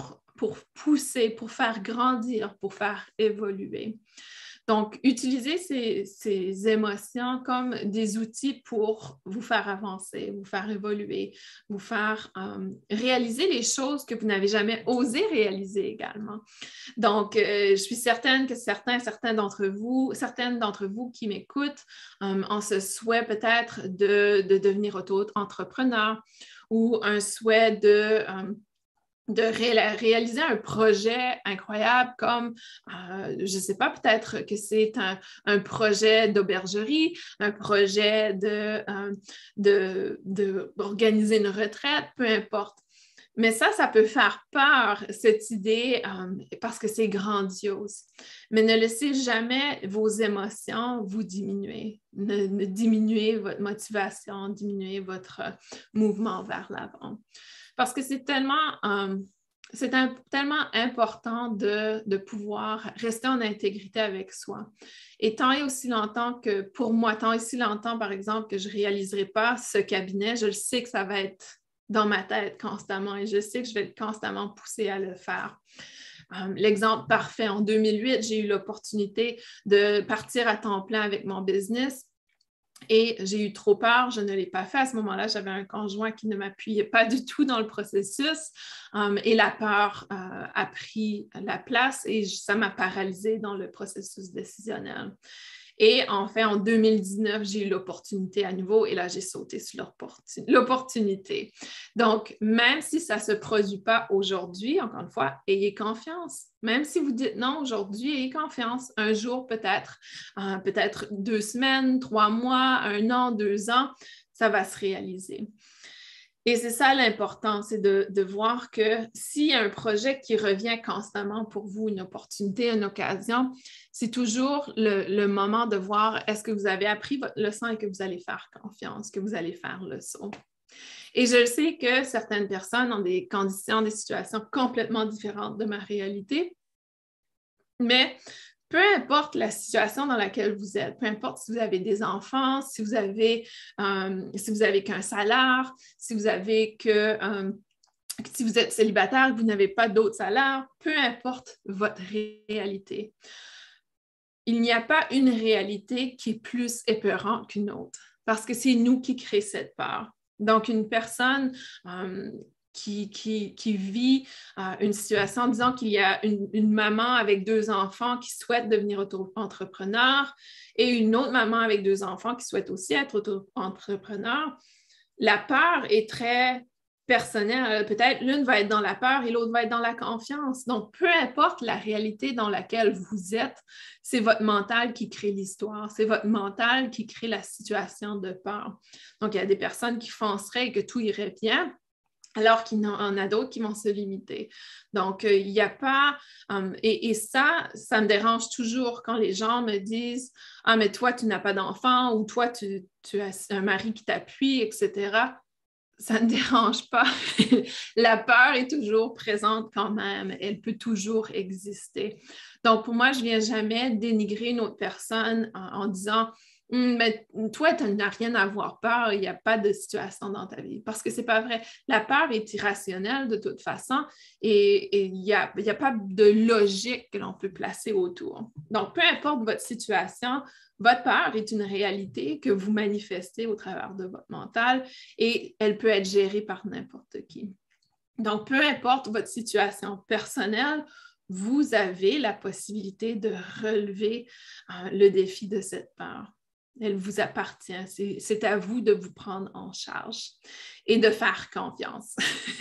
pour pousser, pour faire grandir, pour faire évoluer. Donc, utilisez ces, ces émotions comme des outils pour vous faire avancer, vous faire évoluer, vous faire euh, réaliser les choses que vous n'avez jamais osé réaliser également. Donc, euh, je suis certaine que certains, certains d'entre vous, certaines d'entre vous qui m'écoutent euh, ont ce souhait peut-être de, de devenir auto-entrepreneur ou un souhait de... Euh, de ré réaliser un projet incroyable comme, euh, je ne sais pas, peut-être que c'est un, un projet d'aubergerie, un projet de, euh, de, de organiser une retraite, peu importe. Mais ça, ça peut faire peur, cette idée, euh, parce que c'est grandiose. Mais ne laissez jamais vos émotions vous diminuer. Ne, ne diminuez votre motivation, diminuez votre euh, mouvement vers l'avant. Parce que c'est tellement, euh, c'est un, tellement important de, de pouvoir rester en intégrité avec soi. Et tant et aussi longtemps que, pour moi, tant et aussi longtemps, par exemple, que je ne réaliserai pas ce cabinet, je le sais que ça va être dans ma tête constamment et je sais que je vais être constamment poussée à le faire. Um, l'exemple parfait, en deux mille huit, j'ai eu l'opportunité de partir à temps plein avec mon business. Et j'ai eu trop peur, je ne l'ai pas fait. À ce moment-là, j'avais un conjoint qui ne m'appuyait pas du tout dans le processus um, et la peur euh, a pris la place et ça m'a paralysée dans le processus décisionnel. Et en fait, en deux mille dix-neuf, j'ai eu l'opportunité à nouveau et là, j'ai sauté sur l'opportunité. Donc, même si ça ne se produit pas aujourd'hui, encore une fois, ayez confiance. Même si vous dites non aujourd'hui, ayez confiance. Un jour peut-être, euh, peut-être deux semaines, trois mois, un an, deux ans, ça va se réaliser. Et c'est ça l'important, c'est de, de voir que s'il y a un projet qui revient constamment pour vous, une opportunité, une occasion, c'est toujours le, le moment de voir est-ce que vous avez appris votre leçon et que vous allez faire confiance, que vous allez faire le saut. Et je sais que certaines personnes ont des conditions, des situations complètement différentes de ma réalité, mais peu importe la situation dans laquelle vous êtes, peu importe si vous avez des enfants, si vous avez, euh, si vous avez qu'un salaire, si vous avez que, euh, si vous êtes célibataire, vous n'avez pas d'autre salaire, peu importe votre réalité. Il n'y a pas une réalité qui est plus épeurante qu'une autre, parce que c'est nous qui créons cette peur. Donc, une personne euh, Qui, qui, qui vit euh, une situation, disons qu'il y a une, une maman avec deux enfants qui souhaite devenir auto-entrepreneur et une autre maman avec deux enfants qui souhaite aussi être auto-entrepreneur, la peur est très personnelle. Peut-être l'une va être dans la peur et l'autre va être dans la confiance. Donc, peu importe la réalité dans laquelle vous êtes, c'est votre mental qui crée l'histoire, c'est votre mental qui crée la situation de peur. Donc, il y a des personnes qui fonceraient et que tout irait bien, alors qu'il y en a d'autres qui vont se limiter. Donc, euh, il n'y a pas... Um, et, et ça, ça me dérange toujours quand les gens me disent « Ah, mais toi, tu n'as pas d'enfant » ou « Toi, tu, tu as un mari qui t'appuie, et cetera » Ça ne dérange pas. La peur est toujours présente quand même. Elle peut toujours exister. Donc, pour moi, je ne viens jamais dénigrer une autre personne en, en disant Hum, mais toi, tu n'as rien à avoir peur, il n'y a pas de situation dans ta vie. Parce que ce n'est pas vrai. La peur est irrationnelle de toute façon et il n'y a, y a pas de logique que l'on peut placer autour. Donc, peu importe votre situation, votre peur est une réalité que vous manifestez au travers de votre mental et elle peut être gérée par n'importe qui. Donc, peu importe votre situation personnelle, vous avez la possibilité de relever euh, le défi de cette peur. Elle vous appartient. C'est à vous de vous prendre en charge et de faire confiance.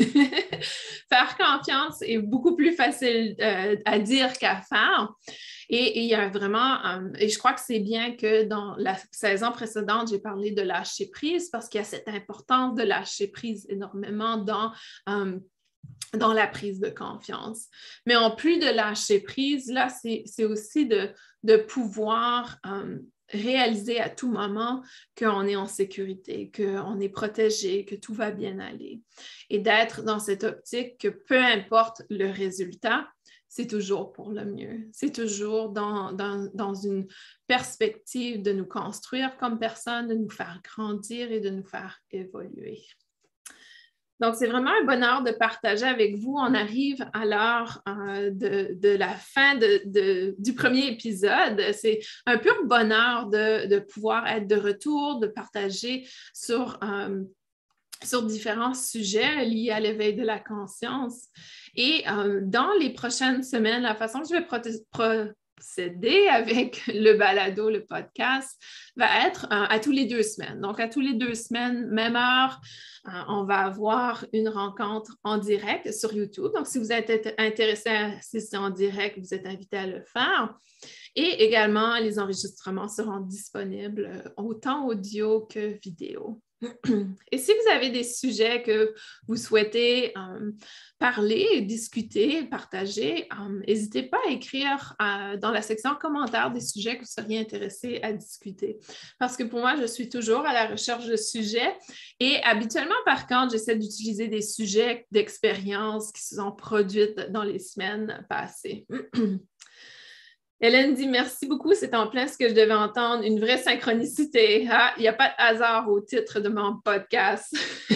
Faire confiance est beaucoup plus facile euh, à dire qu'à faire. Et il y a vraiment, euh, et je crois que c'est bien que dans la saison précédente, j'ai parlé de lâcher prise parce qu'il y a cette importance de lâcher prise énormément dans... Euh, dans la prise de confiance. Mais en plus de lâcher prise, là, c'est aussi de, de pouvoir euh, réaliser à tout moment qu'on est en sécurité, qu'on est protégé, que tout va bien aller. Et d'être dans cette optique que peu importe le résultat, c'est toujours pour le mieux. C'est toujours dans, dans, dans une perspective de nous construire comme personne, de nous faire grandir et de nous faire évoluer. Donc, c'est vraiment un bonheur de partager avec vous. On arrive à l'heure euh, de, de la fin de, de, du premier épisode. C'est un pur bonheur de, de pouvoir être de retour, de partager sur, euh, sur différents sujets liés à l'éveil de la conscience. Et euh, dans les prochaines semaines, la façon que je vais proté- pro- procéder avec le balado, le podcast, va être euh, à tous les deux semaines. Donc, à tous les deux semaines, même heure, euh, on va avoir une rencontre en direct sur YouTube. Donc, si vous êtes intéressé à assister en direct, vous êtes invité à le faire. Et également, les enregistrements seront disponibles autant audio que vidéo. Et si vous avez des sujets que vous souhaitez euh, parler, discuter, partager, euh, n'hésitez pas à écrire euh, dans la section commentaires des sujets que vous seriez intéressés à discuter. Parce que pour moi, je suis toujours à la recherche de sujets et habituellement, par contre, j'essaie d'utiliser des sujets d'expérience qui se sont produites dans les semaines passées. Hélène dit merci beaucoup, c'est en plein ce que je devais entendre, une vraie synchronicité. Ah, il n'y a pas de hasard au titre de mon podcast.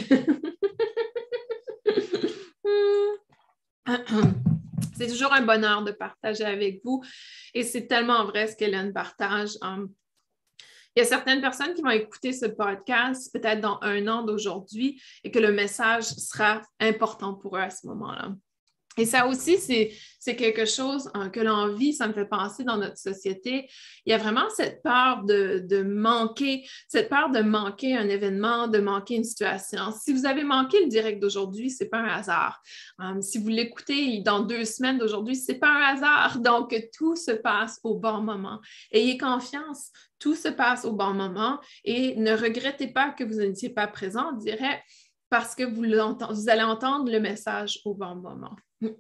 C'est toujours un bonheur de partager avec vous et c'est tellement vrai ce qu'Hélène partage. Um, il y a certaines personnes qui vont écouter ce podcast peut-être dans un an d'aujourd'hui et que le message sera important pour eux à ce moment-là. Et ça aussi, c'est, c'est quelque chose hein, que l'on vit, ça me fait penser dans notre société. Il y a vraiment cette peur de, de manquer, cette peur de manquer un événement, de manquer une situation. Si vous avez manqué le direct d'aujourd'hui, ce n'est pas un hasard. Um, si vous l'écoutez dans deux semaines d'aujourd'hui, ce n'est pas un hasard. Donc, tout se passe au bon moment. Ayez confiance, tout se passe au bon moment et ne regrettez pas que vous n'étiez pas présent, on dirait, parce que vous, vous allez entendre le message au bon moment.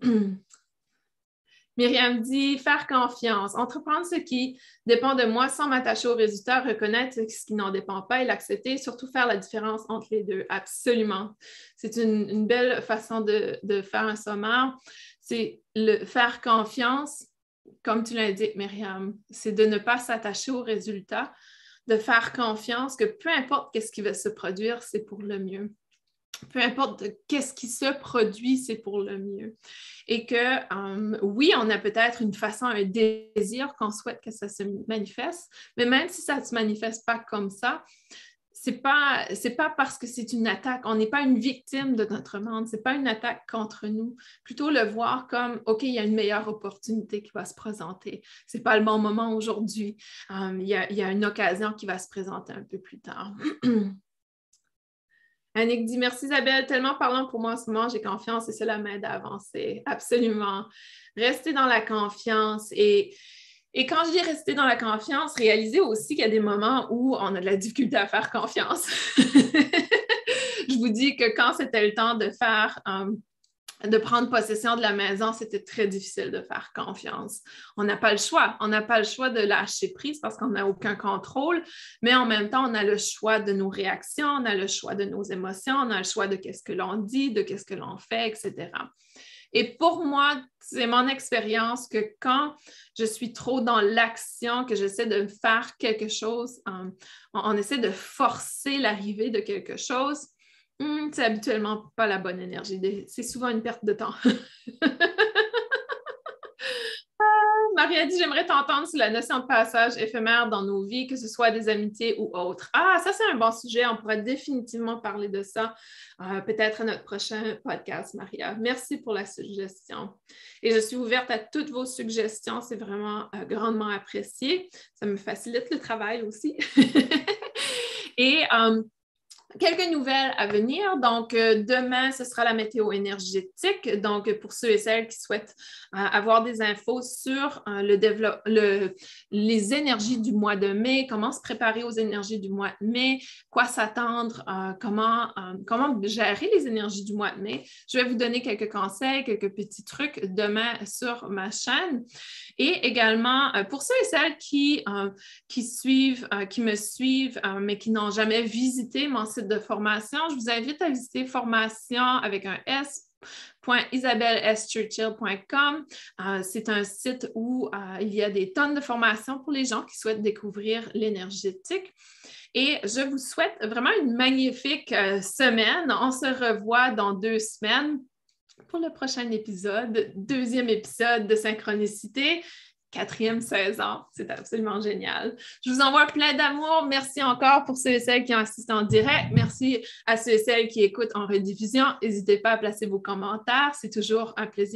Myriam dit « Faire confiance, entreprendre ce qui dépend de moi sans m'attacher aux résultats, reconnaître ce qui n'en dépend pas et l'accepter, surtout faire la différence entre les deux. » Absolument. C'est une, une belle façon de, de faire un sommaire. C'est le faire confiance, comme tu l'indiques, Myriam, c'est de ne pas s'attacher aux résultats, de faire confiance que peu importe ce qui va se produire, c'est pour le mieux. Peu importe qu'est-ce qui se produit, c'est pour le mieux. Et que, um, oui, on a peut-être une façon, un désir qu'on souhaite que ça se manifeste, mais même si ça ne se manifeste pas comme ça, ce n'est pas, c'est pas parce que c'est une attaque. On n'est pas une victime de notre monde. Ce n'est pas une attaque contre nous. Plutôt le voir comme, OK, il y a une meilleure opportunité qui va se présenter. Ce n'est pas le bon moment aujourd'hui. Um, il y a, il y a une occasion qui va se présenter un peu plus tard. Annick dit « Merci Isabelle, tellement parlant pour moi en ce moment, j'ai confiance et cela m'aide à avancer. » Absolument. Restez dans la confiance et, et quand je dis rester dans la confiance, réalisez aussi qu'il y a des moments où on a de la difficulté à faire confiance. Je vous dis que quand c'était le temps de faire... Um, de prendre possession de la maison, c'était très difficile de faire confiance. On n'a pas le choix. On n'a pas le choix de lâcher prise parce qu'on n'a aucun contrôle, mais en même temps, on a le choix de nos réactions, on a le choix de nos émotions, on a le choix de qu'est-ce que l'on dit, de qu'est-ce que l'on fait, et cetera. Et pour moi, c'est mon expérience que quand je suis trop dans l'action, que j'essaie de faire quelque chose, on, on essaie de forcer l'arrivée de quelque chose, Hum, c'est habituellement pas la bonne énergie. C'est souvent une perte de temps. Marie a dit « J'aimerais t'entendre sur la notion de passage éphémère dans nos vies, que ce soit des amitiés ou autres. » Ah, ça, c'est un bon sujet. On pourrait définitivement parler de ça, euh, peut-être à notre prochain podcast, Maria. Merci pour la suggestion. Et je suis ouverte à toutes vos suggestions. C'est vraiment euh, grandement apprécié. Ça me facilite le travail aussi. Et... Euh, quelques nouvelles à venir. Donc, euh, demain, ce sera la météo énergétique. Donc, pour ceux et celles qui souhaitent euh, avoir des infos sur euh, le développe, le, les énergies du mois de mai, comment se préparer aux énergies du mois de mai, quoi s'attendre, euh, comment, euh, comment gérer les énergies du mois de mai. Je vais vous donner quelques conseils, quelques petits trucs demain sur ma chaîne. Et également, euh, pour ceux et celles qui, euh, qui, suivent, euh, qui me suivent, euh, mais qui n'ont jamais visité mon site de formation, je vous invite à visiter formation avec un S isabelle s churchill point com. Euh, c'est un site où euh, il y a des tonnes de formations pour les gens qui souhaitent découvrir l'énergétique. Et je vous souhaite vraiment une magnifique euh, semaine. On se revoit dans deux semaines pour le prochain épisode, deuxième épisode de Synchronicité. Quatrième saison, c'est absolument génial. Je vous envoie plein d'amour. Merci encore pour ceux et celles qui ont assisté en direct. Merci à ceux et celles qui écoutent en rediffusion. N'hésitez pas à placer vos commentaires. C'est toujours un plaisir